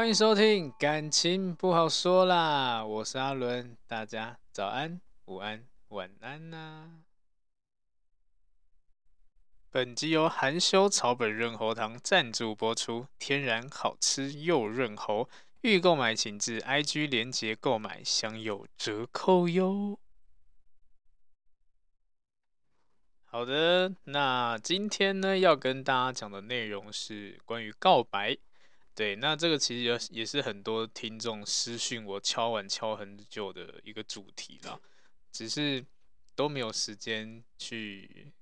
迎收听，感情不好说啦，我是阿伦，大家早安、午安、晚安呐、本集由含羞草本润喉糖赞助播出，天然好吃又润喉，预购买请至 IG 连结购买，享有折扣哟。好的，那今天呢要跟大家讲的内容是关于告白。对，那这个其实也是很多听众私讯我敲碗敲很久的一个主题啦，只是都没有时间去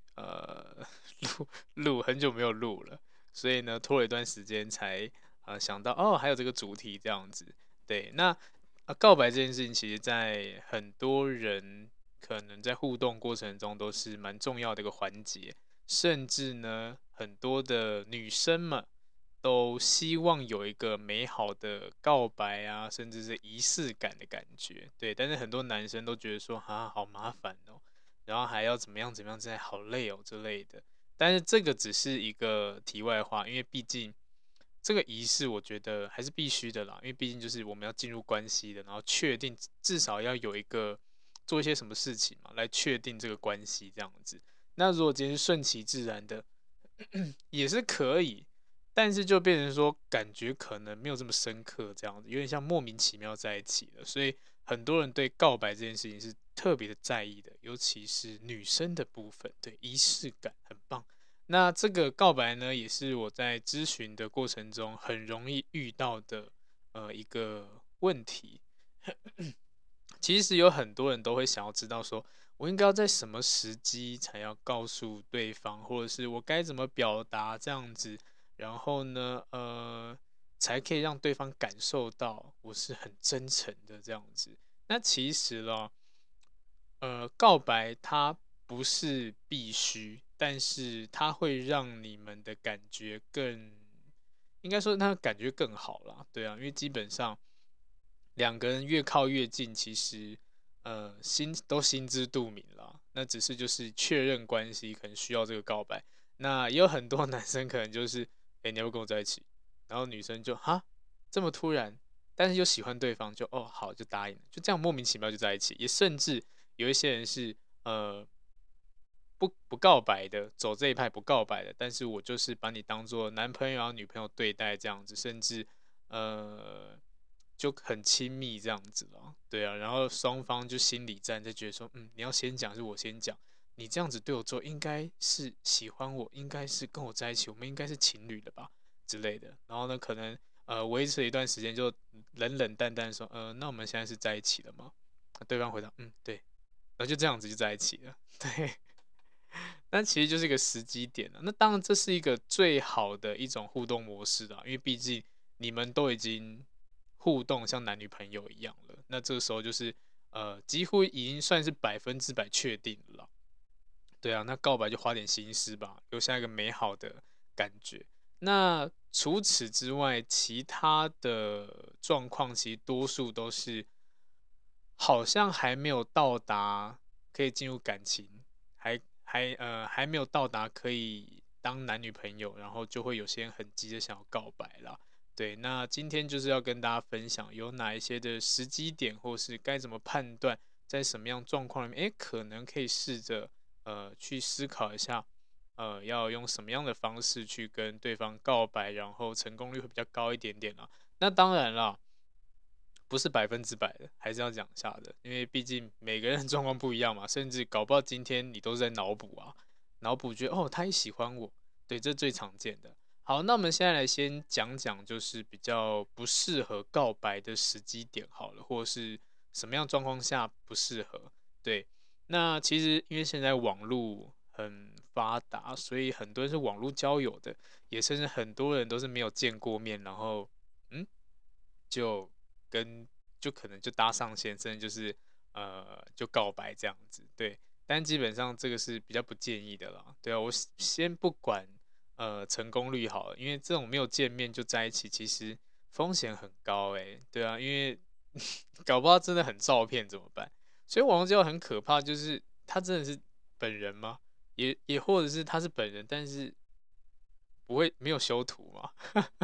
录很久没有录了，所以呢拖了一段时间才想到哦还有这个主题这样子。对，那告白这件事情，其实在很多人可能在互动过程中都是蛮重要的一个环节，甚至呢很多的女生们。都希望有一个美好的告白啊，甚至是仪式感的感觉，对。但是很多男生都觉得说，啊，好麻烦哦，然后还要怎么样怎么样，真的好累哦之类的。但是这个只是一个题外话，因为毕竟这个仪式，我觉得还是必须的啦，因为毕竟就是我们要进入关系的，然后确定至少要有一个做一些什么事情嘛，来确定这个关系这样子。那如果今天顺其自然的，也是可以。但是就变成说，感觉可能没有这么深刻，这样子有点像莫名其妙在一起了。所以很多人对告白这件事情是特别的在意的，尤其是女生的部分，对仪式感很棒。那这个告白呢，也是我在咨询的过程中很容易遇到的一个问题。其实有很多人都会想要知道说，我应该要在什么时机才要告诉对方，或者是我该怎么表达这样子，然后呢，才可以让对方感受到我是很真诚的这样子。那其实咯，告白它不是必须，但是它会让你们的感觉更，应该说它感觉更好啦，对啊，因为基本上两个人越靠越近，其实心知肚明啦，那只是就是确认关系，可能需要这个告白。那也有很多男生可能就是，哎、你要不跟我在一起？然后女生就哈这么突然，但是又喜欢对方，就哦好就答应了，就这样莫名其妙就在一起。也甚至有一些人是呃不告白的，走这一派不告白的，但是我就是把你当做男朋友啊女朋友对待这样子，甚至呃就很亲密这样子了，对啊，然后双方就心理战，就觉得说，你要先讲还是我先讲？你这样子对我做，应该是喜欢我，应该是跟我在一起，我们应该是情侣的吧之类的。然后呢，可能维持了一段时间，就冷冷淡淡说，那我们现在是在一起了吗？对方回答，对，然后就这样子就在一起了，对。但其实就是一个时机点了。那当然，这是一个最好的一种互动模式啦，因为毕竟你们都已经互动像男女朋友一样了。那这个时候就是几乎已经算是100%确定了啦。对啊，那告白就花点心思吧，留下一个美好的感觉。那除此之外，其他的状况其实多数都是好像还没有到达可以进入感情，还没有到达可以当男女朋友，然后就会有些人很急着想要告白啦。对，那今天就是要跟大家分享有哪一些的时机点，或是该怎么判断，在什么样状况里面，可能可以试着去思考一下，要用什么样的方式去跟对方告白，然后成功率会比较高一点点啦。那当然啦，不是100%的，还是要讲一下的，因为毕竟每个人状况不一样嘛，甚至搞不好今天你都是在脑补啊，脑补觉得哦他也喜欢我，对，这最常见的。好，那我们现在来先讲讲，就是比较不适合告白的时机点好了，或是什么样状况下不适合。对，那其实因为现在网络很发达，所以很多人是网络交友的，也甚至很多人都是没有见过面，然后嗯就跟就可能就搭上线，甚至就是就告白这样子，对。但基本上这个是比较不建议的啦，对啊，我先不管成功率好了，因为这种没有见面就在一起，其实风险很高对啊，因为搞不好真的很照骗怎么办？所以网络交友很可怕，就是他真的是本人吗？也或者是他是本人，但是不会没有修图嘛？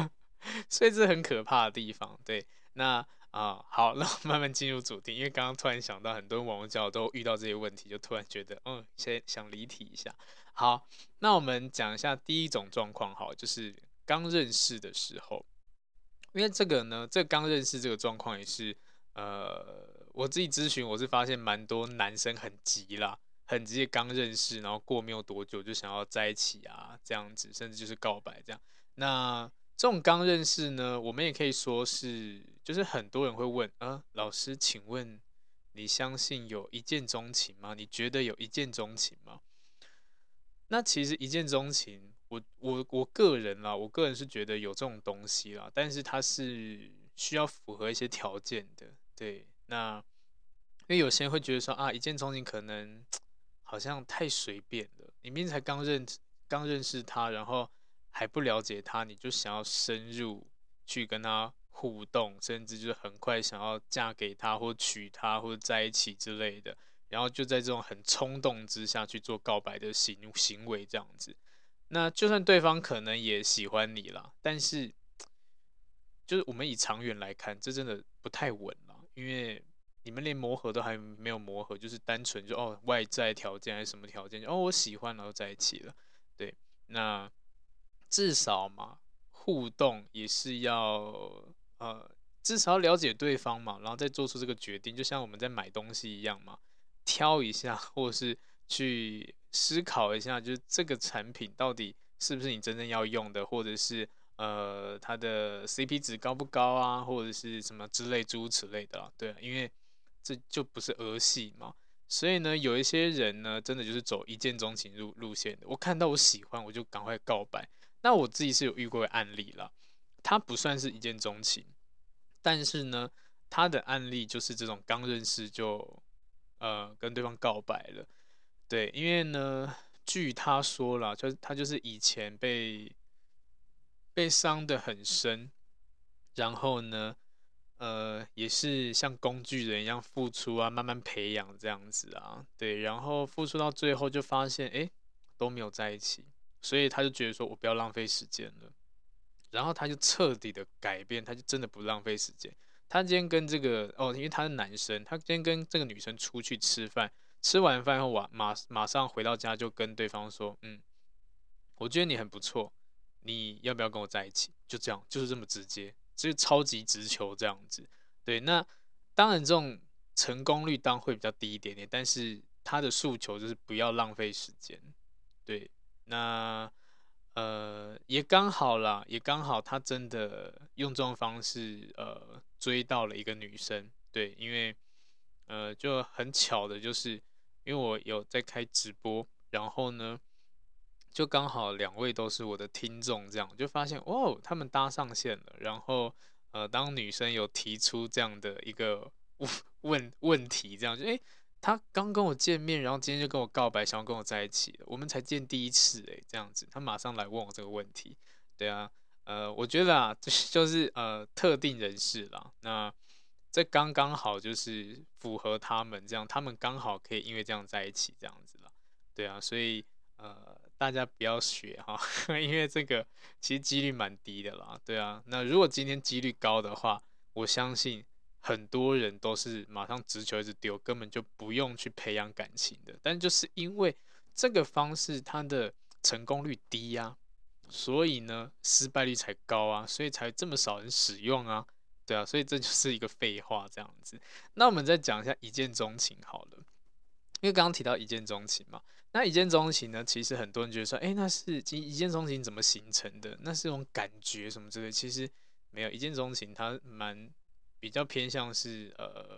所以这很可怕的地方。对，那好，那我慢慢进入主题，因为刚刚突然想到，很多网络交友都遇到这些问题，就突然觉得，先想离题一下。好，那我们讲一下第一种状况，好，就是刚认识的时候，因为这个呢，这刚认识这个状况也是，我自己咨询，我是发现蛮多男生很急啦，很急的刚认识，然后过没有多久就想要在一起啊，这样子，甚至就是告白这样。那这种刚认识呢，我们也可以说是，就是很多人会问，老师，请问你相信有一见钟情吗？你觉得有一见钟情吗？那其实一见钟情，我个人啦，我个人是觉得有这种东西啦，但是它是需要符合一些条件的。对，那因为有些人会觉得说一见钟情可能好像太随便了，你明明才刚认识他，然后还不了解他，你就想要深入去跟他互动，甚至就是很快想要嫁给他或娶她或者在一起之类的。然后就在这种很冲动之下去做告白的行为，这样子。那就算对方可能也喜欢你啦，但是就是我们以长远来看，这真的不太稳啦，因为你们连磨合都还没有磨合，就是单纯就外在条件还是什么条件，我喜欢然后在一起了，对，那至少嘛，互动也是要至少要了解对方嘛，然后再做出这个决定，就像我们在买东西一样嘛。挑一下，或是去思考一下，就是这个产品到底是不是你真正要用的，或者是它的 CP 值高不高啊，或者是什么之类诸如此类的啦。对啊，因为这就不是儿戏嘛。所以呢，有一些人呢，真的就是走一见钟情路线的。我看到我喜欢，我就赶快告白。那我自己是有遇过的案例啦，他不算是一见钟情，但是呢，他的案例就是这种刚认识就跟对方告白了。对，因为呢，据他说啦，他就是以前被伤得很深，然后呢，也是像工具人一样付出啊，慢慢培养这样子啊，对，然后付出到最后就发现，都没有在一起，所以他就觉得说我不要浪费时间了，然后他就彻底的改变，他就真的不浪费时间。他今天跟这个因为他是男生，他今天跟这个女生出去吃饭，吃完饭后马上回到家就跟对方说，我觉得你很不错，你要不要跟我在一起？就这样，就是这么直接，就是超级直球这样子。对，那当然这种成功率当然会比较低一点点，但是他的诉求就是不要浪费时间。对，那也刚好啦，也刚好他真的用这种方式追到了一个女生。对，因为就很巧的就是，因为我有在开直播，然后呢，就刚好两位都是我的听众，这样就发现哦，他们搭上线了。然后当女生有提出这样的一个问题，这样就他刚跟我见面，然后今天就跟我告白，想要跟我在一起了，我们才见第一次，这样子，他马上来问我这个问题。对啊，我觉得啊，这就是特定人士啦，那这刚刚好就是符合他们这样，他们刚好可以因为这样在一起这样子啦。对啊，所以大家不要学哈，因为这个其实几率蛮低的啦。对啊，那如果今天几率高的话，我相信很多人都是马上直球一直丢，根本就不用去培养感情的。但就是因为这个方式它的成功率低呀，所以呢失败率才高啊，所以才这么少人使用啊。对啊，所以这就是一个废话这样子。那我们再讲一下一见钟情好了，因为刚刚提到一见钟情嘛。那一见钟情呢，其实很多人觉得说，那是一见钟情怎么形成的？那是一种感觉什么之类。其实没有，一见钟情它比较偏向是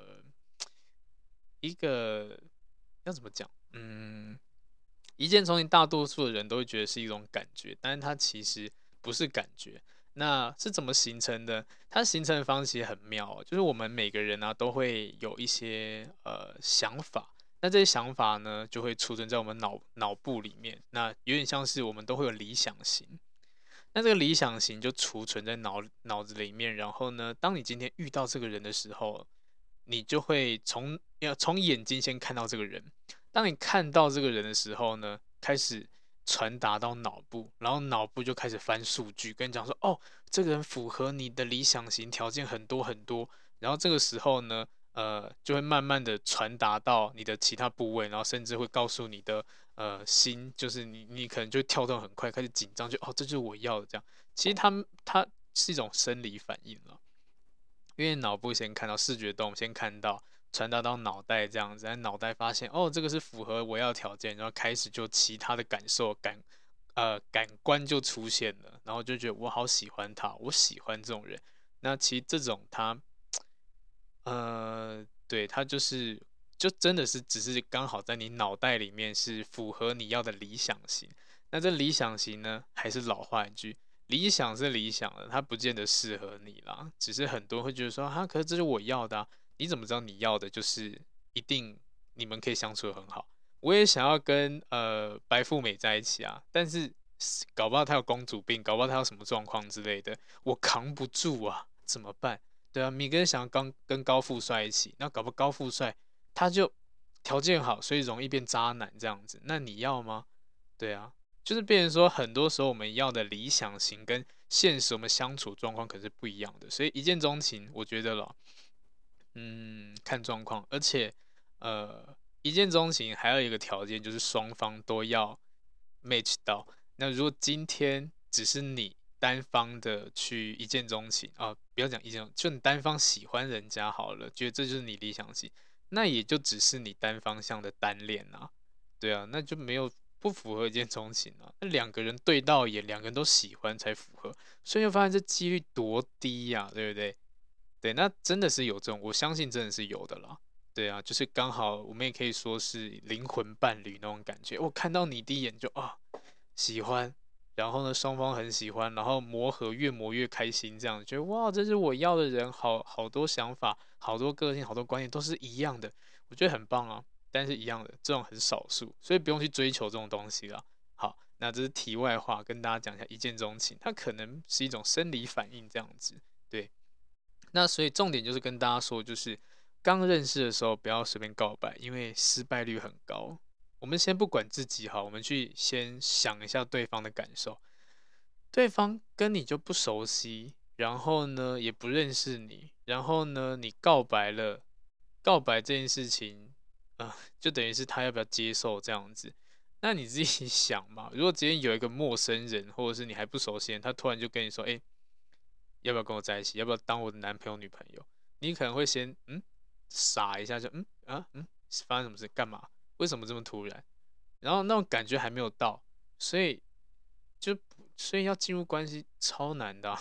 一个要怎么讲？一见钟情大多数的人都会觉得是一种感觉，但是它其实不是感觉。那是怎么形成的？它形成的方式也很妙哦，就是我们每个人啊都会有一些想法。那这些想法呢，就会储存在我们脑部里面。那有点像是我们都会有理想型，那这个理想型就储存在脑子里面。然后呢，当你今天遇到这个人的时候，你就会从眼睛先看到这个人。当你看到这个人的时候呢，开始传达到脑部，然后脑部就开始翻数据，跟你讲说，哦，这个人符合你的理想型条件很多很多，然后这个时候呢，就会慢慢的传达到你的其他部位，然后甚至会告诉你的心，就是你可能就跳动很快，开始紧张，就哦，这就是我要的这样。其实它是一种生理反应了。因为脑部先看到视觉动，先看到传达到脑袋这样子，然后脑袋发现哦，这个是符合我要的条件，然后开始就其他的感受感官就出现了，然后就觉得我好喜欢他，我喜欢这种人。那其实这种对，他就真的是只是刚好在你脑袋里面是符合你要的理想型。那这理想型呢，还是老话一句，理想是理想的，它不见得适合你啦。只是很多人会觉得说，哈，可是这是我要的啊，你怎么知道你要的就是一定你们可以相处的很好？我也想要跟白富美在一起啊，但是搞不好她有公主病，搞不好她有什么状况之类的，我扛不住啊，怎么办？对啊，米根想要跟高富帅一起，那搞不好高富帅他就条件好，所以容易变渣男这样子，那你要吗？对啊，就是变成说，很多时候我们要的理想型跟现实我们相处状况可是不一样的，所以一见钟情，我觉得咯，看状况，而且一见钟情还有一个条件就是双方都要 match 到。那如果今天只是你单方的去一见钟情啊，不要讲一见钟情，就你单方喜欢人家好了，觉得这就是你理想型，那也就只是你单方向的单恋啊，对啊，那就没有不符合一见钟情啊。那两个人对到眼，两个人都喜欢才符合，所以就发现这几率多低呀、对不对？对，那真的是有这种，我相信真的是有的啦。对啊，就是刚好我们也可以说是灵魂伴侣那种感觉。我看到你第一眼就喜欢，然后呢双方很喜欢，然后磨合越磨越开心，这样觉得哇这是我要的人，好多想法，好多个性，好多观念都是一样的，我觉得很棒啊。但是一样的这种很少数，所以不用去追求这种东西啦。好，那这是题外话，跟大家讲一下一见钟情，它可能是一种生理反应这样子。对，那所以重点就是跟大家说，就是刚认识的时候不要随便告白，因为失败率很高。我们先不管自己哈，我们去先想一下对方的感受。对方跟你就不熟悉，然后呢也不认识你，然后呢你告白了，告白这件事情，就等于是他要不要接受这样子。那你自己想嘛，如果今天有一个陌生人，或者是你还不熟悉的人，他突然就跟你说，哎，要不要跟我在一起？要不要当我的男朋友、女朋友？你可能会先傻一下就，发生什么事？干嘛？为什么这么突然？然后那种感觉还没有到，所以就所以要进入关系超难的啊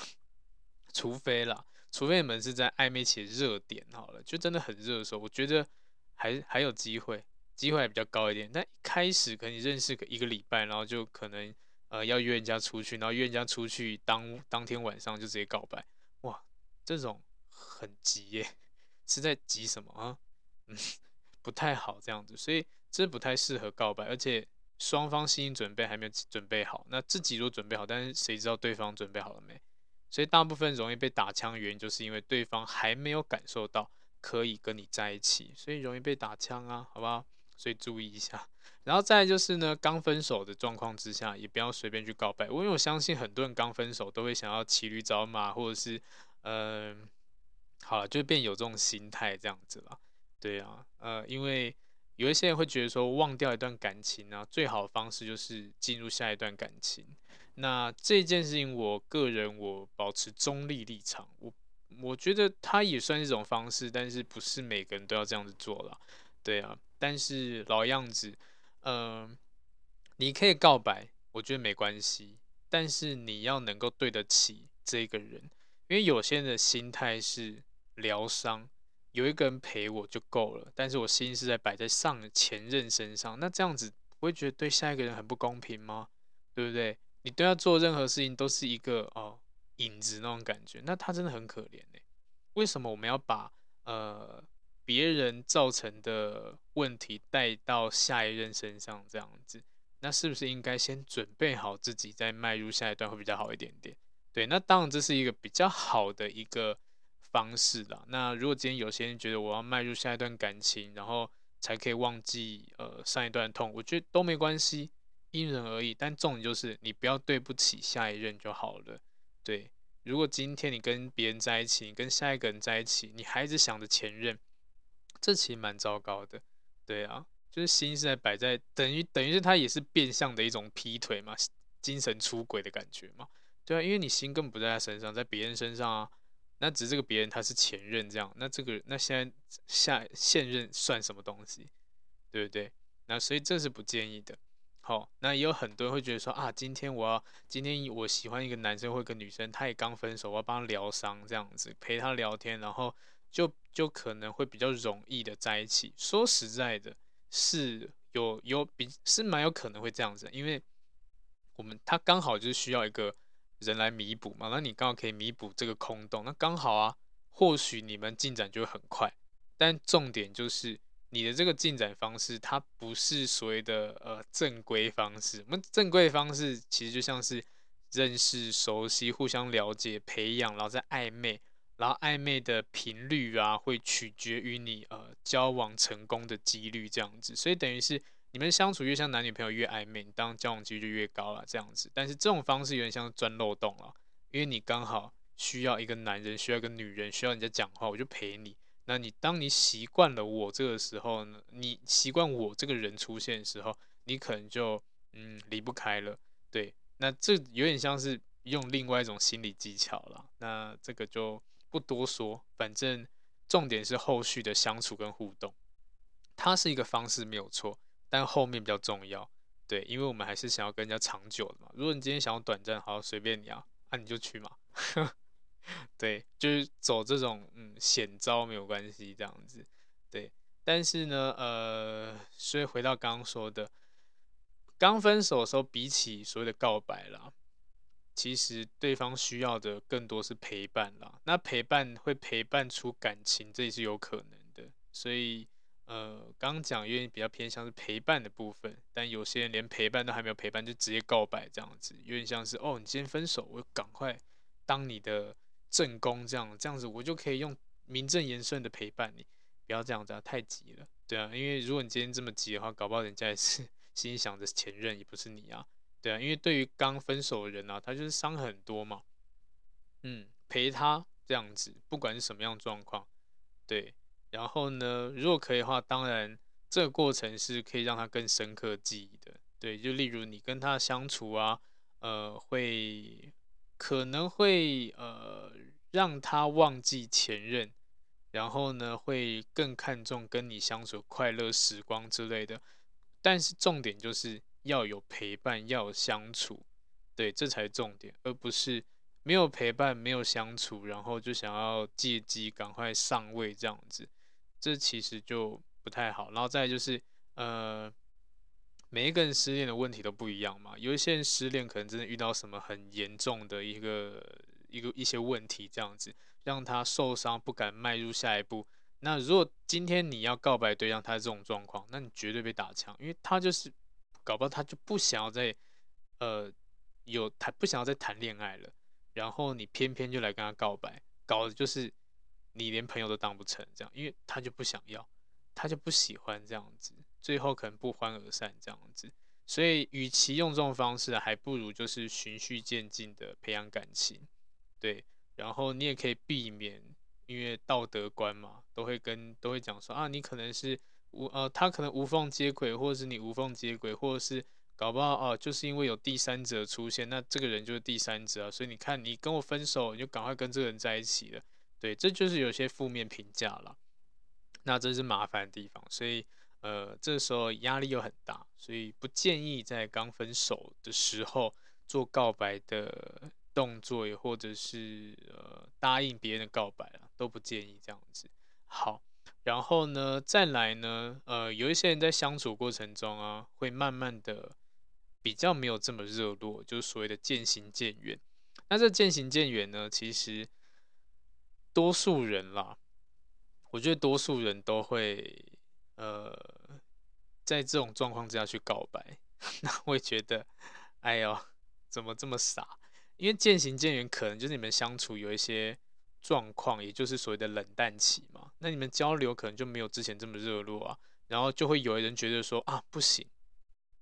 除非你们是在暧昧期的热点好了，就真的很热的时候，我觉得还有机会，机会还比较高一点。但一开始可能你认识个一个礼拜，然后就可能要约人家出去，然后约人家出去当天晚上就直接告白，哇，这种很急耶，是在急什么啊？嗯，不太好这样子，所以这不太适合告白，而且双方心理准备还没有准备好，那自己都准备好，但是谁知道对方准备好了没？所以大部分容易被打枪的原因，就是因为对方还没有感受到可以跟你在一起，所以容易被打枪啊，好不好？所以注意一下。然后再来就是呢，刚分手的状况之下，也不要随便去告白，因为我相信很多人刚分手都会想要骑驴找马，或者是嗯、好了，就变有这种心态这样子啦。对啊，因为有一些人会觉得说，忘掉一段感情啊，最好的方式就是进入下一段感情。那这件事情，我个人我保持中立立场，我觉得它也算是一种方式，但是不是每个人都要这样子做啦。对啊，但是老样子，嗯、你可以告白，我觉得没关系，但是你要能够对得起这个人，因为有些人的心态是疗伤，有一个人陪我就够了，但是我心是在摆在前任身上，那这样子不会觉得对下一个人很不公平吗？对不对？你对他做任何事情都是一个影子那种感觉，那他真的很可怜呢。为什么我们要把呃别人造成的问题带到下一任身上这样子？那是不是应该先准备好自己，再迈入下一段会比较好一点点？对，那当然这是一个比较好的一个方式啦。那如果今天有些人觉得我要迈入下一段感情，然后才可以忘记上一段痛，我觉得都没关系， 因人而异。但重点就是你不要对不起下一任就好了。对，如果今天你跟别人在一起，你跟下一个人在一起，你还一直想着前任，这其实蛮糟糕的。对啊，就是心是在摆在等于是他也是变相的一种劈腿嘛，精神出轨的感觉嘛。对啊，因为你心根本不在他身上，在别人身上啊。那只是这个别人他是前任这样，那现在现任算什么东西，对不对？那所以这是不建议的。好，那也有很多人会觉得说啊，今天我喜欢一个男生或一个女生，他也刚分手，我要帮他疗伤这样子，陪他聊天，然后就可能会比较容易的在一起。说实在的，是是蛮有可能会这样子的，因为他刚好就是需要一个人来弥补嘛，那你刚好可以弥补这个空洞，那刚好啊，或许你们进展就会很快，但重点就是你的这个进展方式，它不是所谓的正规方式。我们正规方式其实就像是认识、熟悉、互相了解、培养，然后再暧昧，然后暧昧的频率啊，会取决于你交往成功的几率这样子，所以等于是你们相处越像男女朋友越暧昧，你当然交往几率就越高了这样子。但是这种方式有点像钻漏洞了，因为你刚好需要一个男人，需要一个女人，需要人家讲话，我就陪你。那当你习惯了我这个时候呢，你习惯我这个人出现的时候，你可能就离不开了。对，那这有点像是用另外一种心理技巧了。那这个就不多说，反正重点是后续的相处跟互动，它是一个方式没有错，但后面比较重要。对，因为我们还是想要跟人家长久的嘛。如果你今天想要短暂，好随便你啊，你就去嘛。对，就是走这种险招没有关系这样子。对，但是呢，所以回到刚刚说的，刚分手的时候，比起所谓的告白啦，其实对方需要的更多是陪伴啦。那陪伴会陪伴出感情，这也是有可能的。所以，刚刚讲因为比较偏向是陪伴的部分，但有些人连陪伴都还没有陪伴，就直接告白这样子，有点像是哦，你今天分手，我赶快当你的正宫这样子我就可以用名正言顺的陪伴你，不要这样子啊，太急了。对啊，因为如果你今天这么急的话，搞不好人家也是心里想着前任，也不是你啊。对啊，因为对于刚分手的人啊，他就是伤很多嘛，陪他这样子，不管是什么样的状况，对。然后呢，如果可以的话，当然这个过程是可以让他更深刻记忆的，对。就例如你跟他相处啊，可能会让他忘记前任，然后呢会更看重跟你相处快乐时光之类的。但是重点就是要有陪伴，要有相处，对，这才是重点，而不是没有陪伴、没有相处，然后就想要借机赶快上位这样子，这其实就不太好。然后再来就是，每一个人失恋的问题都不一样嘛，有一些人失恋可能真的遇到什么很严重的一些问题，这样子让他受伤，不敢迈入下一步。那如果今天你要告白对象他是这种状况，那你绝对被打枪，因为他就是搞不好他就不想要再呃不想要再谈恋爱了，然后你偏偏就来跟他告白，搞的就是你连朋友都当不成这样，因为他就不想要，他就不喜欢这样子，最后可能不欢而散这样子。所以，与其用这种方式，还不如就是循序渐进的培养感情，对。然后你也可以避免，因为道德观嘛，都会讲说啊，你可能是他可能无缝接轨，或者是你无缝接轨，或者是搞不好哦，就是因为有第三者出现，那这个人就是第三者啊，所以你看你跟我分手，你就赶快跟这个人在一起了，对，这就是有些负面评价啦。那这是麻烦的地方，所以这时候压力又很大，所以不建议在刚分手的时候做告白的动作，也或者是答应别人的告白啊，都不建议这样子。好，然后呢，再来呢，有一些人在相处过程中啊，会慢慢的比较没有这么热络，就是所谓的渐行渐远。那这渐行渐远呢，其实多数人啦。我觉得多数人都会，呃，在这种状况之下去告白，那会觉得，哎呦，怎么这么傻？因为渐行渐远，可能就是你们相处有一些状况，也就是所谓的冷淡期嘛。那你们交流可能就没有之前这么热络啊，然后就会有人觉得说啊，不行，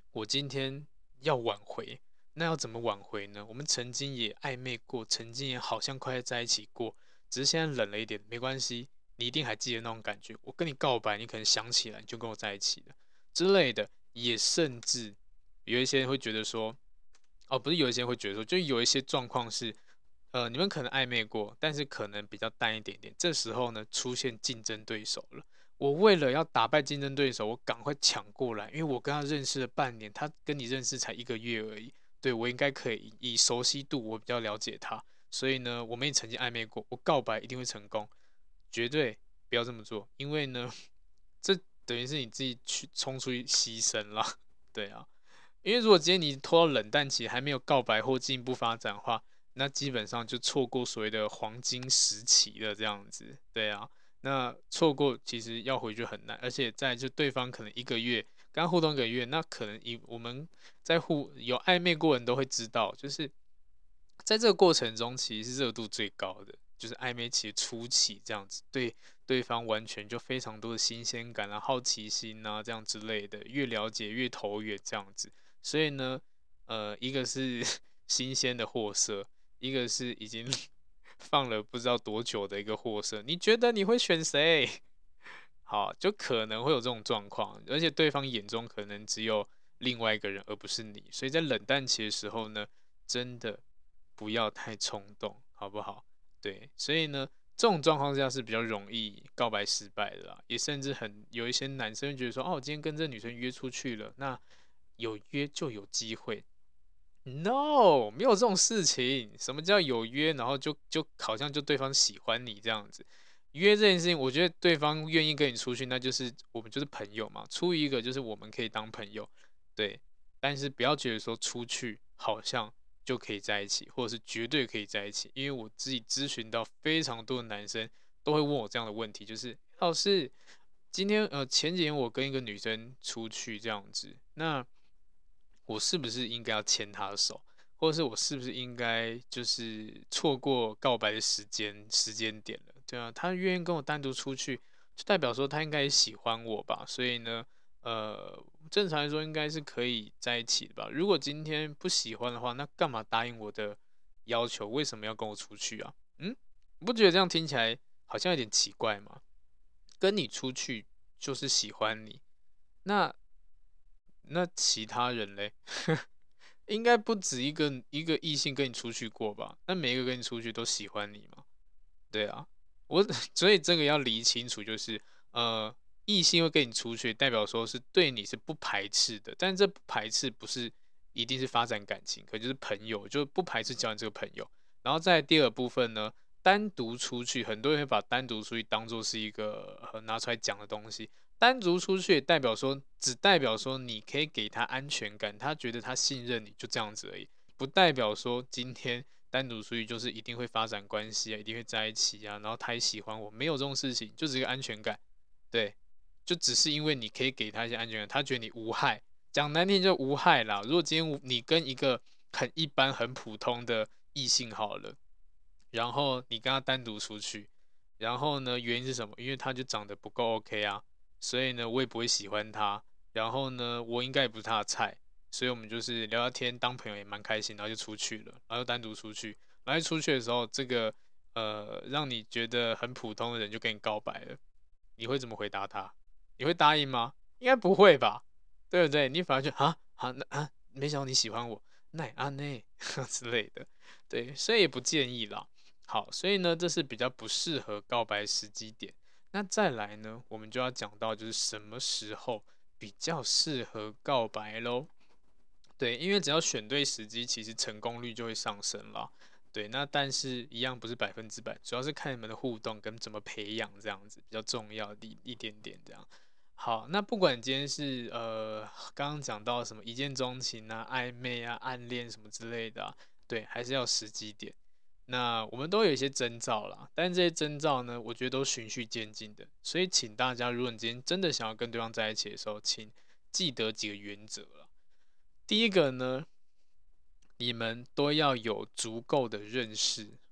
我今天要挽回，那要怎么挽回呢？我们曾经也暧昧过，曾经也好像快在一起过，只是现在冷了一点，没关系，你一定还记得那种感觉。我跟你告白，你可能想起来你就跟我在一起了之类的，也甚至有一些人会觉得说，哦，不是有一些人会觉得说，就有一些状况是，你们可能暧昧过，但是可能比较淡一点点，这时候呢出现竞争对手了。我为了要打败竞争对手，我赶快抢过来，因为我跟他认识了半年，他跟你认识才1个月而已。对，我应该可以以熟悉度，我比较了解他，所以呢，我们也曾经暧昧过，我告白一定会成功，绝对不要这么做，因为呢，这等于是你自己去冲出去牺牲啦。对啊，因为如果今天你拖到冷淡期还没有告白或进一步发展的话，那基本上就错过所谓的黄金时期了，这样子。对啊，那错过其实要回去很难，而且在就对方可能1个月，刚互动1个月，那可能我们在有暧昧过的人都会知道，就是在这个过程中其实是热度最高的，就是暧昧期的初期这样子，对对方完全就非常多的新鲜感啊、好奇心啊这样之类的，越了解越投缘这样子。所以呢，一个是新鲜的货色，一个是已经放了不知道多久的一个货色，你觉得你会选谁？好，就可能会有这种状况，而且对方眼中可能只有另外一个人，而不是你，所以在冷淡期的时候呢，真的不要太冲动，好不好？对，所以呢，这种状况下是比较容易告白失败的啦，也甚至有一些男生觉得说，哦，我今天跟这女生约出去了，那有约就有机会。No，没有这种事情。什么叫有约，然后就好像就对方喜欢你这样子？约这件事情，我觉得对方愿意跟你出去，那就是我们就是朋友嘛。出于一个就是我们可以当朋友，对。但是不要觉得说出去好像就可以在一起，或者是绝对可以在一起。因为我自己咨询到非常多的男生都会问我这样的问题，就是老师，今天前几天我跟一个女生出去这样子，那我是不是应该要牵她的手，或者是我是不是应该就是错过告白的时间点了？对啊，她愿意跟我单独出去，就代表说她应该也喜欢我吧？所以呢，正常来说应该是可以在一起的吧？如果今天不喜欢的话，那干嘛答应我的要求？为什么要跟我出去啊？嗯，你不觉得这样听起来好像有点奇怪吗？跟你出去就是喜欢你，那其他人嘞？应该不止一个异性跟你出去过吧？那每一个跟你出去都喜欢你吗？对啊，我所以这个要理清楚，就是异性会跟你出去，代表说是对你是不排斥的，但这不排斥不是一定是发展感情，可就是朋友，就不排斥交你这个朋友。然后在第二部分呢，单独出去，很多人会把单独出去当做是一个拿出来讲的东西。单独出去也代表说，只代表说你可以给他安全感，他觉得他信任你，就这样子而已，不代表说今天单独出去就是一定会发展关系啊，一定会在一起啊，然后他也喜欢我，没有这种事情，就只是个安全感，对，就只是因为你可以给他一些安全感，他觉得你无害，讲难听就无害啦。如果今天你跟一个很一般、很普通的异性好了，然后你跟他单独出去，然后呢，原因是什么？因为他就长得不够 OK 啊，所以呢，我也不会喜欢他。然后呢，我应该也不是他的菜，所以我们就是聊聊天，当朋友也蛮开心，然后就出去了，然后就单独出去。然后一出去的时候，这个让你觉得很普通的人就跟你告白了，你会怎么回答他？你会答应吗？应该不会吧，对不对？你反而就没想到你喜欢我，那也安呢之类的，对，所以也不建议啦。好，所以呢，这是比较不适合告白时机点。那再来呢，我们就要讲到就是什么时候比较适合告白喽。对，因为只要选对时机，其实成功率就会上升啦。对，那但是一样不是100%，主要是看你们的互动跟怎么培养这样子比较重要的一点点这样。好，那不管今天是刚刚讲到什么一见钟情啊、暧昧啊、暗恋什么之类的啊，对，还是要时机点。那我们都有一些征兆啦，但是这些征兆呢，我觉得都循序渐进的。所以请大家，如果你今天真的想要跟对方在一起的时候，请记得几个原则啦。第一个呢，你们都要有足够的认识，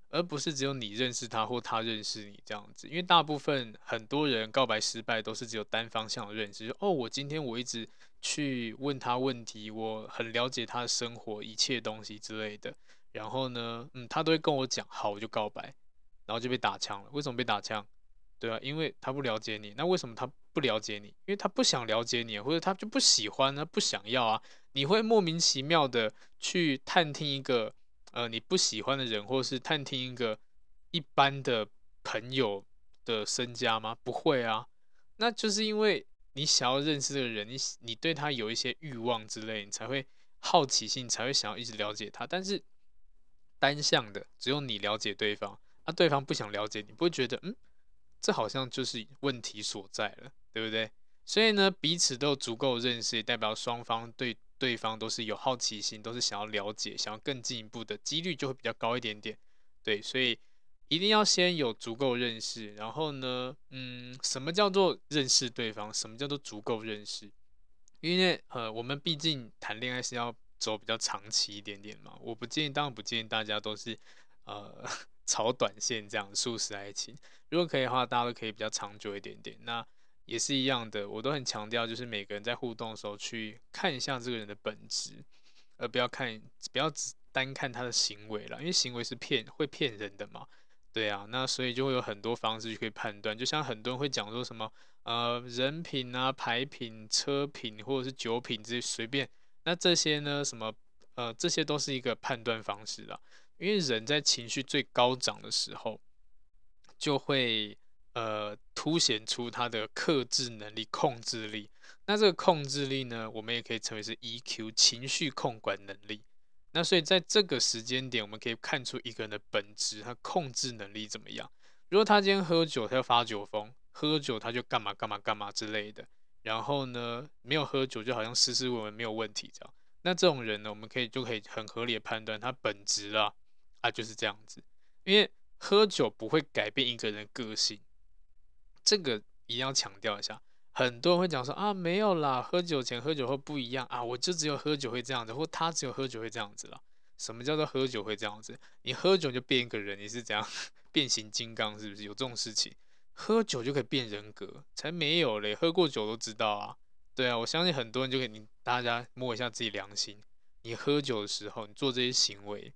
而不是只有你认识他或他认识你这样子。因为大部分很多人告白失败都是只有单方向的认识，就哦，我今天我一直去问他问题，我很了解他的生活一切东西之类的，然后呢，他都会跟我讲，好，我就告白，然后就被打枪了。为什么被打枪？对啊，因为他不了解你。那为什么他不了解你？因为他不想了解你，或者他就不喜欢呢，不想要啊。你会莫名其妙的去探听一个你不喜欢的人，或是探听一个一般的朋友的身家吗？不会啊。那就是因为你想要认识这个人，你对他有一些欲望之类，你才会好奇心，才会想要一直了解他。但是单向的，只有你了解对方，那对方不想了解你，不会觉得这好像就是问题所在了，对不对？所以呢，彼此都有足够认识，也代表双方对对方都是有好奇心，都是想要了解，想要更进一步的几率就会比较高一点点。对，所以一定要先有足够认识，然后呢，什么叫做认识对方？什么叫做足够认识？因为我们毕竟谈恋爱是要走比较长期一点点嘛，我不建议，当然不建议大家都是呃炒短线这样速食爱情。如果可以的话，大家都可以比较长久一点点。那也是一样的，我都很强调，就是每个人在互动的时候去看一下这个人的本质，而不要只单看他的行为啦，因为行为是会骗人的嘛。对啊，那所以就会有很多方式去可以判断，就像很多人会讲说什么人品啊、牌品、车品或者是酒品这些随便，那这些呢什么这些都是一个判断方式啦。因为人在情绪最高涨的时候，就会凸显出他的克制能力、控制力。那这个控制力呢，我们也可以称为是 EQ 情绪控管能力。那所以在这个时间点，我们可以看出一个人的本质，他控制能力怎么样。如果他今天喝酒，他要发酒疯；喝酒他就干嘛干嘛干嘛之类的。然后呢，没有喝酒就好像斯斯文文没有问题这样。那这种人呢，我们就可以很合理的判断他本质就是这样子。因为喝酒不会改变一个人的个性，这个一定要强调一下。很多人会讲说啊，没有啦，喝酒前喝酒后不一样啊，我就只有喝酒会这样子，或他只有喝酒会这样子啦。什么叫做喝酒会这样子？你喝酒就变一个人，你是怎样变形金刚是不是？有这种事情？喝酒就可以变人格？才没有嘞！喝过酒都知道啊。对啊，我相信很多人就可以，大家摸一下自己良心。你喝酒的时候，你做这些行为，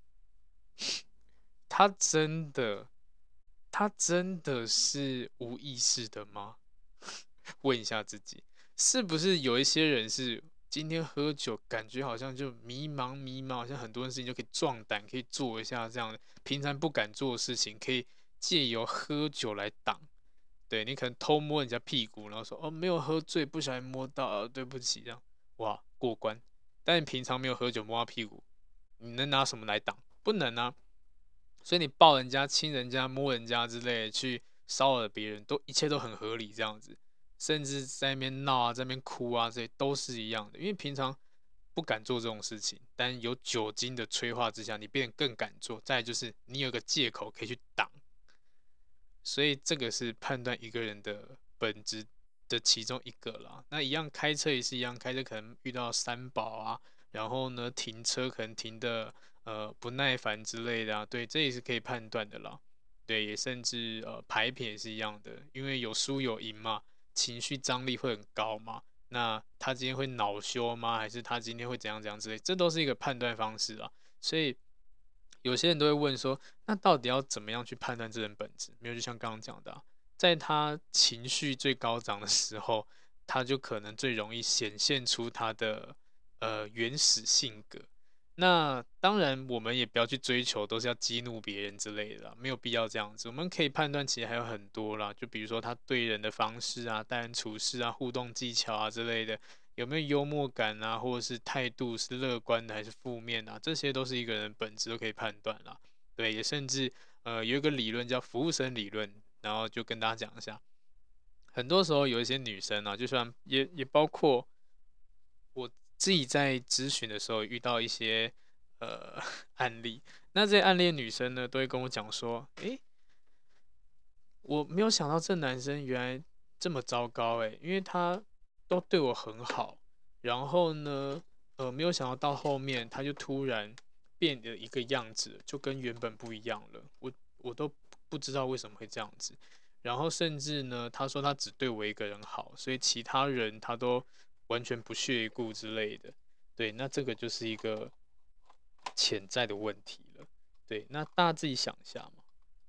他真的他真的是无意识的吗？问一下自己，是不是有一些人是今天喝酒，感觉好像就迷茫，好像很多事情就可以壮胆，可以做一下这样的平常不敢做的事情，可以借由喝酒来挡。对，你可能偷摸人家屁股，然后说哦没有喝醉，不小心摸到，对不起，这样哇过关。但你平常没有喝酒摸到屁股，你能拿什么来挡？不能啊。所以你抱人家、亲人家、摸人家之类的，去骚扰别人，一切都很合理这样子，甚至在那边闹啊，在那边哭啊，这些都是一样的。因为平常不敢做这种事情，但有酒精的催化之下，你变得更敢做。再来就是你有个借口可以去挡，所以这个是判断一个人的本质的其中一个啦。那一样开车也是一样，开车可能遇到三宝啊，然后呢停车可能停的不耐烦之类的啊，对，这也是可以判断的啦。对，也甚至牌品也是一样的，因为有输有赢嘛，情绪张力会很高嘛。那他今天会恼羞吗？还是他今天会怎样怎样之类，这都是一个判断方式啊。所以有些人都会问说，那到底要怎么样去判断这人本质？没有，就像刚刚讲的在他情绪最高涨的时候，他就可能最容易显现出他的原始性格。那当然，我们也不要去追求都是要激怒别人之类的啦，没有必要这样子。我们可以判断，其实还有很多啦，就比如说他对人的方式啊、待人处事啊、互动技巧啊之类的，有没有幽默感啊，或者是态度是乐观的还是负面啊，这些都是一个人本质都可以判断啦。对，也甚至有一个理论叫服务生理论，然后就跟大家讲一下。很多时候有一些女生啊，就算也包括我自己在咨询的时候遇到一些案例，那这些案例的女生呢，都会跟我讲说，诶，我没有想到这男生原来这么糟糕，因为他都对我很好，然后呢，没有想到到后面他就突然变了一个样子，就跟原本不一样了。我都不知道为什么会这样子。然后甚至呢，他说他只对我一个人好，所以其他人他都完全不屑一顾之类的。对，那这个就是一个潜在的问题了。对，那大家自己想一下嘛。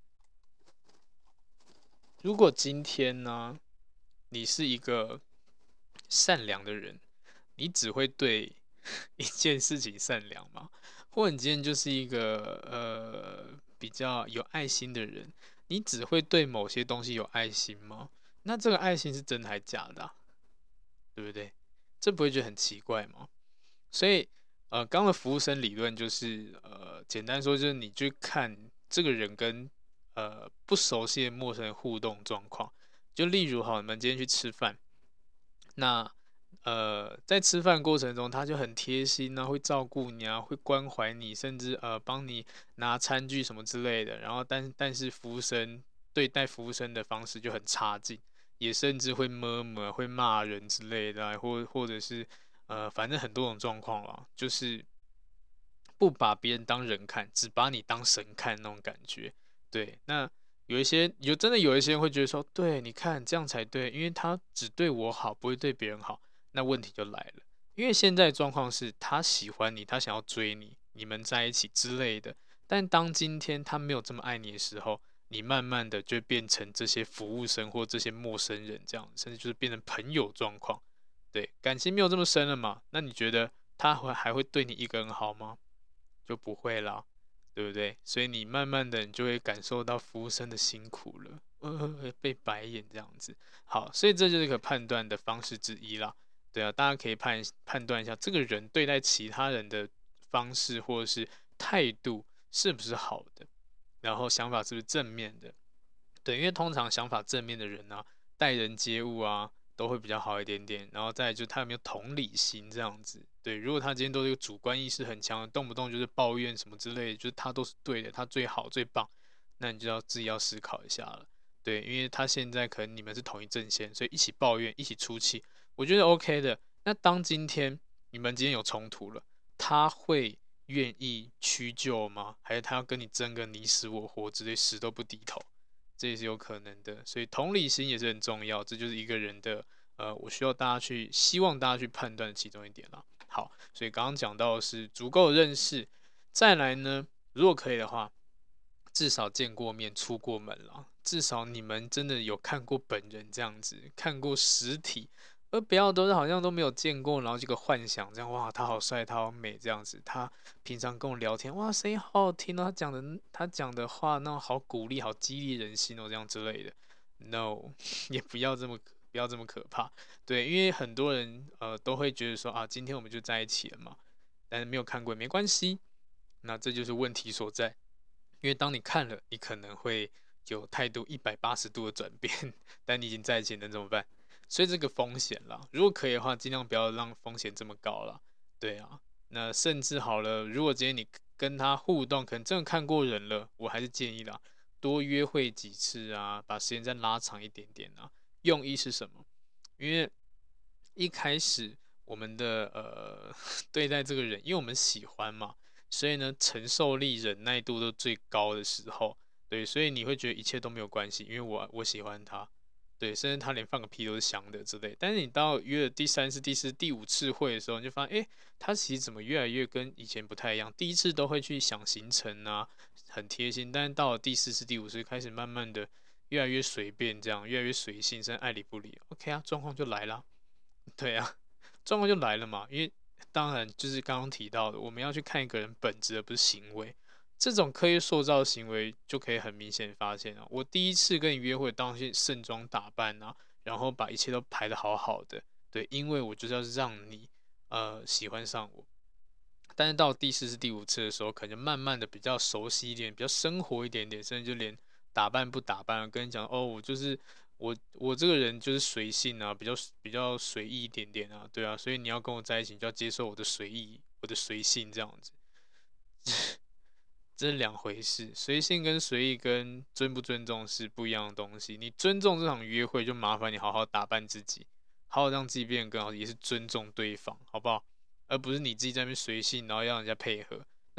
如果今天呢，你是一个善良的人，你只会对一件事情善良吗？或者你今天就是一个比较有爱心的人，你只会对某些东西有爱心吗？那这个爱心是真的还假的啊？对不对？这不会觉得很奇怪吗？所以刚刚的服务生理论就是简单说就是你去看这个人跟不熟悉的陌生人互动状况，就例如好，你们今天去吃饭。那在吃饭过程中，他就很贴心啊，会照顾你啊，会关怀你，甚至帮你拿餐具什么之类的。然后但是服务生对待服务生的方式就很差劲，也甚至会会骂人之类的啊，或者是反正很多种状况啦，就是不把别人当人看，只把你当神看那种感觉。对，那真的有一些人会觉得说，对，你看这样才对，因为他只对我好，不会对别人好。那问题就来了，因为现在状况是他喜欢你，他想要追你，你们在一起之类的。但当今天他没有这么爱你的时候，你慢慢的就变成这些服务生或这些陌生人这样，甚至就是变成朋友状况。对，感情没有这么深了嘛？那你觉得他还会对你一个人好吗？就不会啦，对不对？所以你慢慢的，你就会感受到服务生的辛苦了，被白眼这样子。好，所以这就是一个判断的方式之一啦。对啊，大家可以判断一下，这个人对待其他人的方式或者是态度是不是好的，然后想法是不是正面的。对，因为通常想法正面的人啊，待人接物啊，都会比较好一点点。然后再来就是他有没有同理心这样子。对，如果他今天都是一个主观意识很强的，动不动就是抱怨什么之类的，就是他都是对的，他最好最棒，那你就要自己要思考一下了。对，因为他现在可能你们是同一阵线，所以一起抱怨，一起出气，我觉得 OK 的。那当今天你们今天有冲突了，他会愿意屈就吗？还是他要跟你争个你死我活之类，死都不低头？这也是有可能的，所以同理心也是很重要，这就是一个人的我需要大家去，希望大家去判断的其中一点啦。好，所以刚刚讲到的是足够的认识，再来呢，如果可以的话，至少见过面、出过门了，至少你们真的有看过本人这样子，看过实体，而不要都是好像都没有见过，然后这个幻想这样，哇，他好帅，他好美这样子，他平常跟我聊天，哇，声音好好听哦，他讲的话那种好鼓励、好激励人心哦，这样之类的。No，也不要这么可怕。对，因为很多人都会觉得说啊，今天我们就在一起了嘛，但是没有看过也没关系，那这就是问题所在。因为当你看了，你可能会有态度180度的转变，但你已经在一起，能怎么办？所以这个风险啦，如果可以的话，尽量不要让风险这么高啦。对啊，那甚至好了，如果今天你跟他互动，可能真的看过人了，我还是建议啦，多约会几次啊，把时间再拉长一点点啊。用意是什么？因为一开始我们的对待这个人，因为我们喜欢嘛。所以呢，承受力、忍耐度都最高的时候，对，所以你会觉得一切都没有关系，因为我喜欢他，对，甚至他连放个屁都是香的之类。但是你到约了第三次、第四、第五次会的时候，你就发现，他其实怎么越来越跟以前不太一样。第一次都会去想行程啊，很贴心，但是到了第四次、第五次，开始慢慢的越来越随便，这样越来越随性，甚至爱理不理。OK 啊，状况就来了，对啊，状况就来了嘛，因为当然就是刚刚提到的，我们要去看一个人本质而不是行为。这种刻意塑造的行为就可以很明显发现啊，我第一次跟你约会，当然是盛装打扮啊，然后把一切都排得好好的，对，因为我就是要让你喜欢上我。但是到第四次、第五次的时候，可能慢慢的比较熟悉一点，比较生活一点点，甚至就连打扮不打扮，跟你讲哦，我就是我这个人就是随性啊，比较随意一点点啊，对啊，所以你要跟我在一起，你就要接受我的随意，我的随性这样子，这是两回事。随性跟随意跟尊不尊重是不一样的东西。你尊重这场约会，就麻烦你好好打扮自己，好好让自己变得更好，也是尊重对方，好不好？而不是你自己在那边随性，然后要人家配合，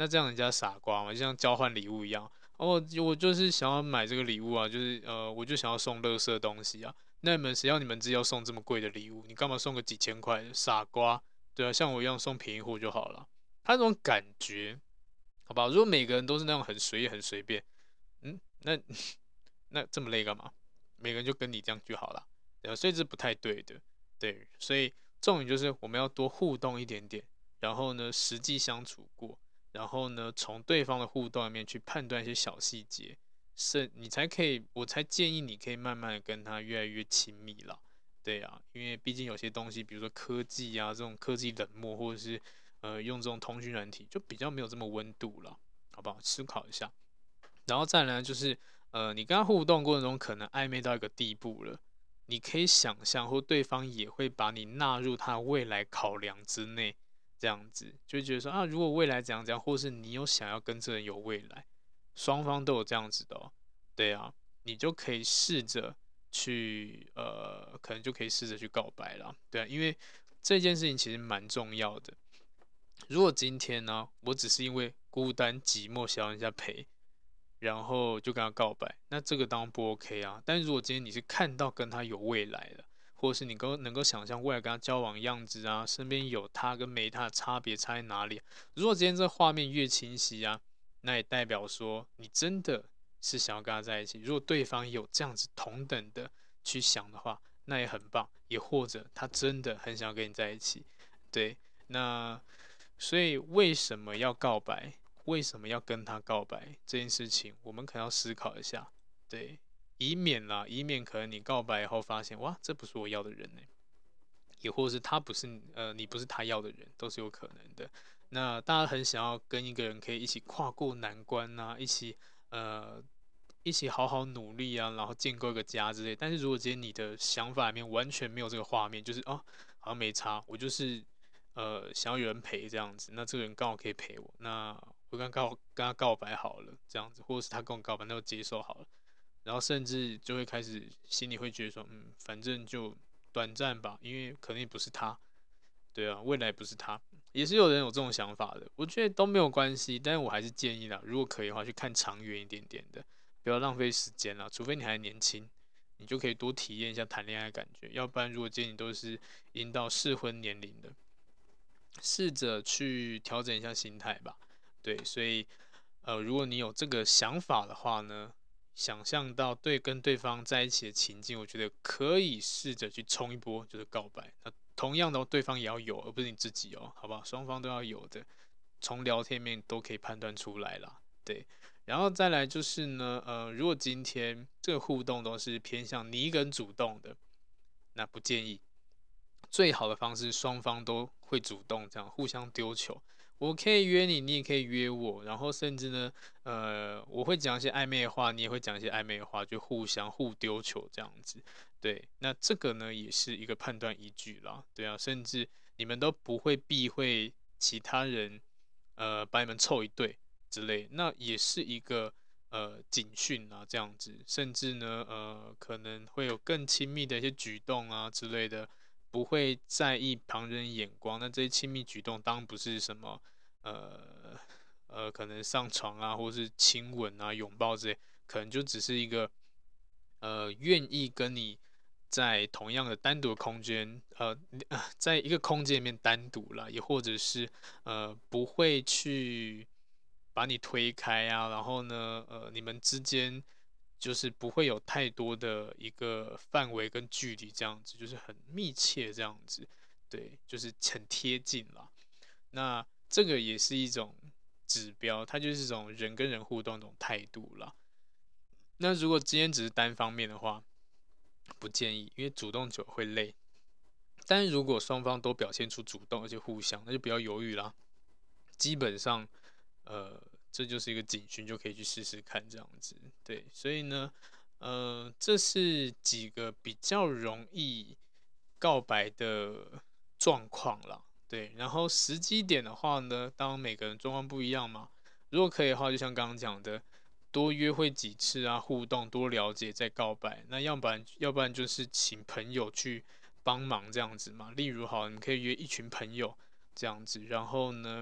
那这样人家傻瓜嘛，就像交换礼物一样。哦，我就是想要买这个礼物啊，就是我就想要送垃圾东西啊。那你们谁要你们自己要送这么贵的礼物？你干嘛送个几千块的？傻瓜，对啊，像我一样送便宜货就好了。他那种感觉，好吧？如果每个人都是那种很随意、很随便，那那这么累干嘛？每个人就跟你这样就好了，对啊，所以这不太对的，对，所以重点就是我们要多互动一点点，然后呢，实际相处过，然后呢，从对方的互动里面去判断一些小细节，你才可以，我才建议你可以慢慢的跟他越来越亲密了，对啊，因为毕竟有些东西，比如说科技啊，这种科技冷漠，或者是用这种通讯软体，就比较没有这么温度了，好不好？思考一下。然后再来就是，你跟他互动过程中可能暧昧到一个地步了，你可以想象，或对方也会把你纳入他未来考量之内，这样子就会觉得说啊，如果未来怎样怎样，或是你有想要跟这人有未来，双方都有这样子的哦，对啊，你就可以试着去，可能就可以试着去告白了，对啊，因为这件事情其实蛮重要的。如果今天呢，我只是因为孤单寂寞想要人家陪，然后就跟他告白，那这个当然不 OK 啊。但是如果今天你是看到跟他有未来的，或者是你能够想象未来跟他交往样子啊，身边有他跟没他的差别差在哪里？如果今天这画面越清晰啊，那也代表说你真的是想要跟他在一起。如果对方有这样子同等的去想的话，那也很棒。也或者他真的很想要跟你在一起，对，那所以为什么要告白？为什么要跟他告白这件事情，我们可能要思考一下，对，以免可能你告白以后发现，哇，这不是我要的人呢，也或是他不是你不是他要的人，都是有可能的。那大家很想要跟一个人可以一起跨过难关啊，呃一起好好努力啊，然后建构一个家之类。但是如果今天你的想法里面完全没有这个画面，就是哦，好像没差，我就是想要有人陪这样子，那这个人刚好可以陪我，那我跟他告白好了，这样子，或者是他跟我告白，那就接受好了，然后甚至就会开始心里会觉得说，反正就短暂吧，因为可能也不是他，对啊，未来不是他，也是有人有这种想法的，我觉得都没有关系，但是我还是建议啦，如果可以的话，去看长远一点点的，不要浪费时间啦，除非你还年轻。你就可以多体验一下谈恋爱的感觉，要不然如果今天你都是已经到适婚年龄的，试着去调整一下心态吧。对，所以如果你有这个想法的话呢，想象到跟对方在一起的情境，我觉得可以试着去冲一波，就是告白。那同样的哦，对方也要有，而不是你自己哦，好不好？双方都要有的，从聊天面都可以判断出来啦。对，然后再来就是呢，如果今天这个互动都是偏向你一个人主动的，那不建议。最好的方式，双方都会主动，这样互相丢球。我可以约你，你也可以约我，然后甚至呢，我会讲一些暧昧的话，你也会讲一些暧昧的话，就互相互丢球这样子。对，那这个呢也是一个判断依据啦。对啊，甚至你们都不会避讳其他人，把你们凑一对之类，那也是一个警讯啊，这样子。甚至呢，可能会有更亲密的一些举动啊之类的。不会在意旁人眼光。那这些亲密举动当然不是什么呃可能上床啊，或是亲吻啊、拥抱之类，可能就只是一个愿意跟你在同样的单独的空间，在一个空间里面单独啦，也或者是不会去把你推开啊，然后呢，你们之间就是不会有太多的一个范围跟距离，这样子就是很密切这样子，对，就是很贴近啦。那这个也是一种指标，它就是一种人跟人互动的一种态度啦。那如果今天只是单方面的话，不建议，因为主动久会累。但是如果双方都表现出主动而且互相，那就不要犹豫啦。基本上，这就是一个警讯，就可以去试试看这样子。对，所以呢，这是几个比较容易告白的状况啦。对，然后时机点的话呢，当然每个人状况不一样嘛。如果可以的话，就像刚刚讲的，多约会几次啊，互动，多了解再告白。那要不然就是请朋友去帮忙这样子嘛。例如好，你可以约一群朋友这样子，然后呢，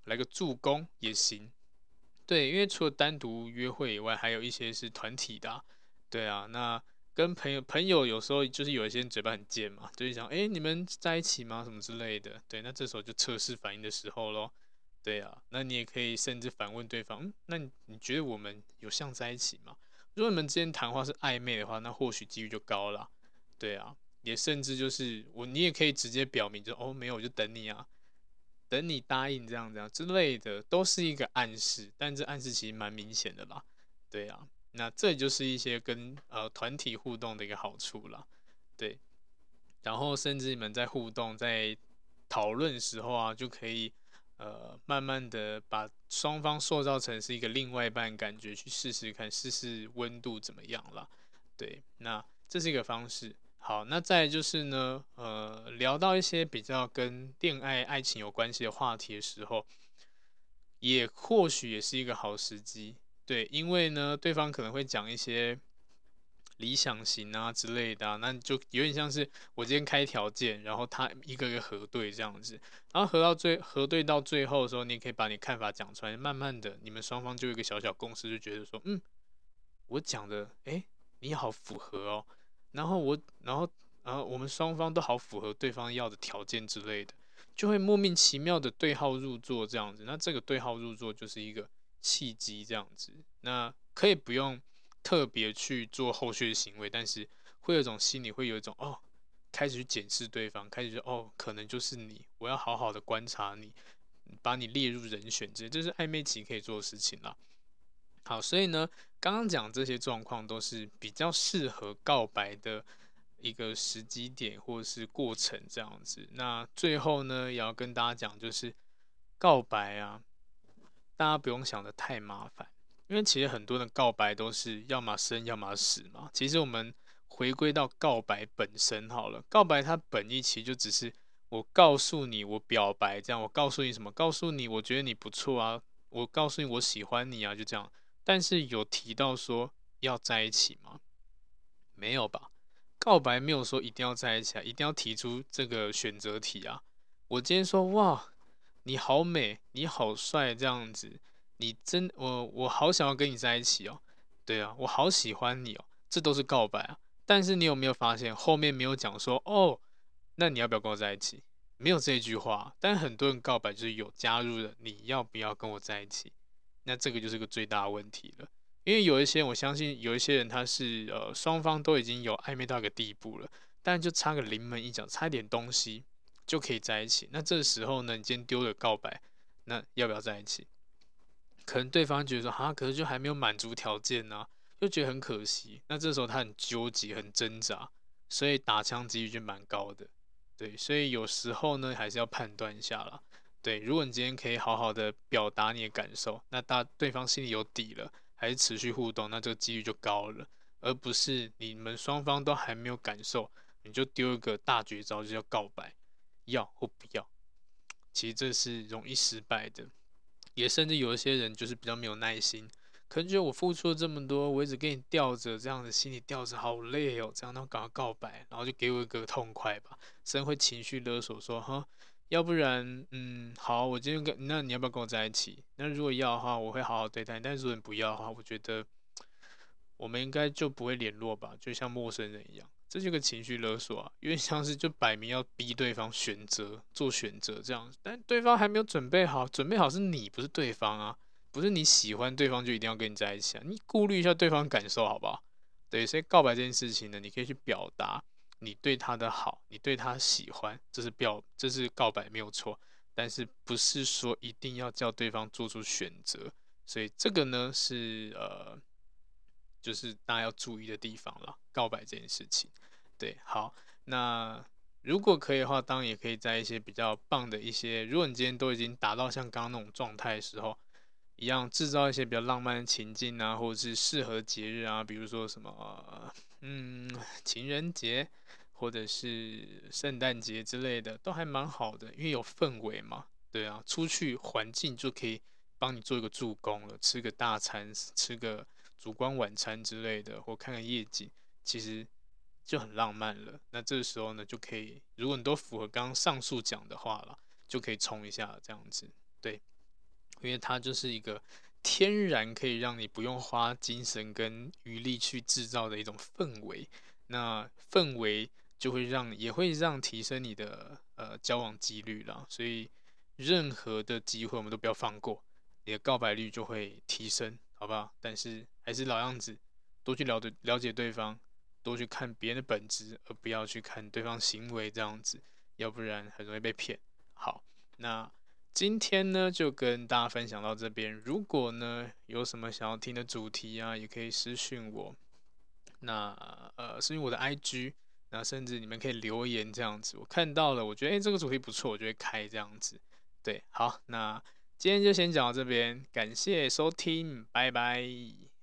来个助攻也行。对，因为除了单独约会以外，还有一些是团体的对啊，那跟朋友有时候就是有一些人嘴巴很贱嘛，就是想，哎，你们在一起吗？什么之类的。对，那这时候就测试反应的时候咯。对啊，那你也可以甚至反问对方，那你觉得我们有像在一起吗？如果你们之间谈话是暧昧的话，那或许几率就高了。对啊，也甚至就是你也可以直接表明就，哦，没有，我就等你啊。等你答应这样之类的，都是一个暗示，但这暗示其实蛮明显的啦。对啊，那这就是一些跟团体互动的一个好处啦。对，然后甚至你们在互动、在讨论时候啊，就可以慢慢的把双方塑造成是一个另外一半感觉，去试试看，试试温度怎么样啦。对，那这是一个方式。好，那再来就是呢，聊到一些比较跟恋爱、爱情有关系的话题的时候，也或许也是一个好时机。对，因为呢，对方可能会讲一些理想型啊之类的那就有点像是我今天开条件，然后他一个个核对这样子，然后核对到最后的时候，你也可以把你看法讲出来，慢慢的你们双方就有一个小小共识，就觉得说，我讲的，你好符合哦，然后我们双方都好符合对方要的条件之类的，就会莫名其妙的对号入座这样子。那这个对号入座就是一个契机这样子。那可以不用特别去做后续的行为，但是会有一种心里会有一种开始去检视对方，开始就可能就是你，我要好好的观察你，把你列入人选这是暧昧期可以做的事情啦。好，所以呢，刚刚讲这些状况都是比较适合告白的一个时机点或者是过程这样子。那最后呢，也要跟大家讲，就是告白啊，大家不用想的太麻烦，因为其实很多的告白都是要么生要么死嘛。其实我们回归到告白本身好了，告白它本意其实就只是我告诉你我表白这样，我告诉你什么？告诉你我觉得你不错啊，我告诉你我喜欢你啊，就这样。但是有提到说要在一起吗？没有吧？告白没有说一定要在一起啊，一定要提出这个选择题啊。我今天说哇，你好美，你好帅，这样子，我好想要跟你在一起哦。对啊，我好喜欢你哦，这都是告白啊。但是你有没有发现后面没有讲说那你要不要跟我在一起？没有这句话，但很多人告白就是有加入了你要不要跟我在一起。那这个就是个最大的问题了，因为有一些我相信有一些人他是双方都已经有暧昧到一个地步了，但就差个临门一脚，差一点东西就可以在一起。那这时候呢，你今天丢了告白，那要不要在一起？可能对方觉得说可是就还没有满足条件呢、就觉得很可惜。那这时候他很纠结，很挣扎，所以打枪几率就蛮高的。对，所以有时候呢，还是要判断一下啦。对，如果你今天可以好好的表达你的感受，那对方心里有底了，还是持续互动，那这个几率就高了，而不是你们双方都还没有感受，你就丢一个大绝招，就叫告白，要或不要。其实这是容易失败的，也甚至有一些人就是比较没有耐心，可能觉得我付出了这么多，我一直给你吊着，这样子心里吊着好累哦，这样那赶快告白，然后就给我一个痛快吧，甚至会情绪勒索说要不然好，我今天那你要不要跟我在一起？那如果要的话，我会好好对待你，但是如果你不要的话，我觉得我们应该就不会联络吧，就像陌生人一样，这就是个情绪勒索啊，因为像是就摆明要逼对方选择，做选择这样，但对方还没有准备好，准备好是你不是对方啊，不是你喜欢对方就一定要跟你在一起啊，你顾虑一下对方感受好不好？对，所以告白这件事情呢，你可以去表达你对他的好，你对他喜欢，这是告白没有错，但是不是说一定要叫对方做出选择，所以这个呢是就是大家要注意的地方了，告白这件事情。对，好，那如果可以的话，当然也可以在一些比较棒的一些，如果你今天都已经达到像刚刚那种状态的时候，一样制造一些比较浪漫的情境啊，或者是适合节日啊，比如说什么情人节或者是圣诞节之类的，都还蛮好的，因为有氛围嘛。对啊，出去环境就可以帮你做一个助攻了，吃个大餐，吃个烛光晚餐之类的，或看看夜景，其实就很浪漫了。那这个时候呢，就可以，如果你都符合刚刚上述讲的话了，就可以冲一下这样子。对， 因为它就是一个天然可以让你不用花精神跟余力去制造的一种氛围。那氛围就会也会让提升你的交往几率啦。所以任何的机会我们都不要放过，你的告白率就会提升，好不好？但是还是老样子，多去了解对方，多去看别人的本质，而不要去看对方行为这样子，要不然很容易被骗。好，那今天呢就跟大家分享到这边。如果呢有什么想要听的主题啊，也可以私讯我。那私讯我的 IG，那甚至你们可以留言这样子，我看到了，我觉得这个主题不错，我就会开这样子。对，好，那今天就先讲到这边，感谢收听，拜拜。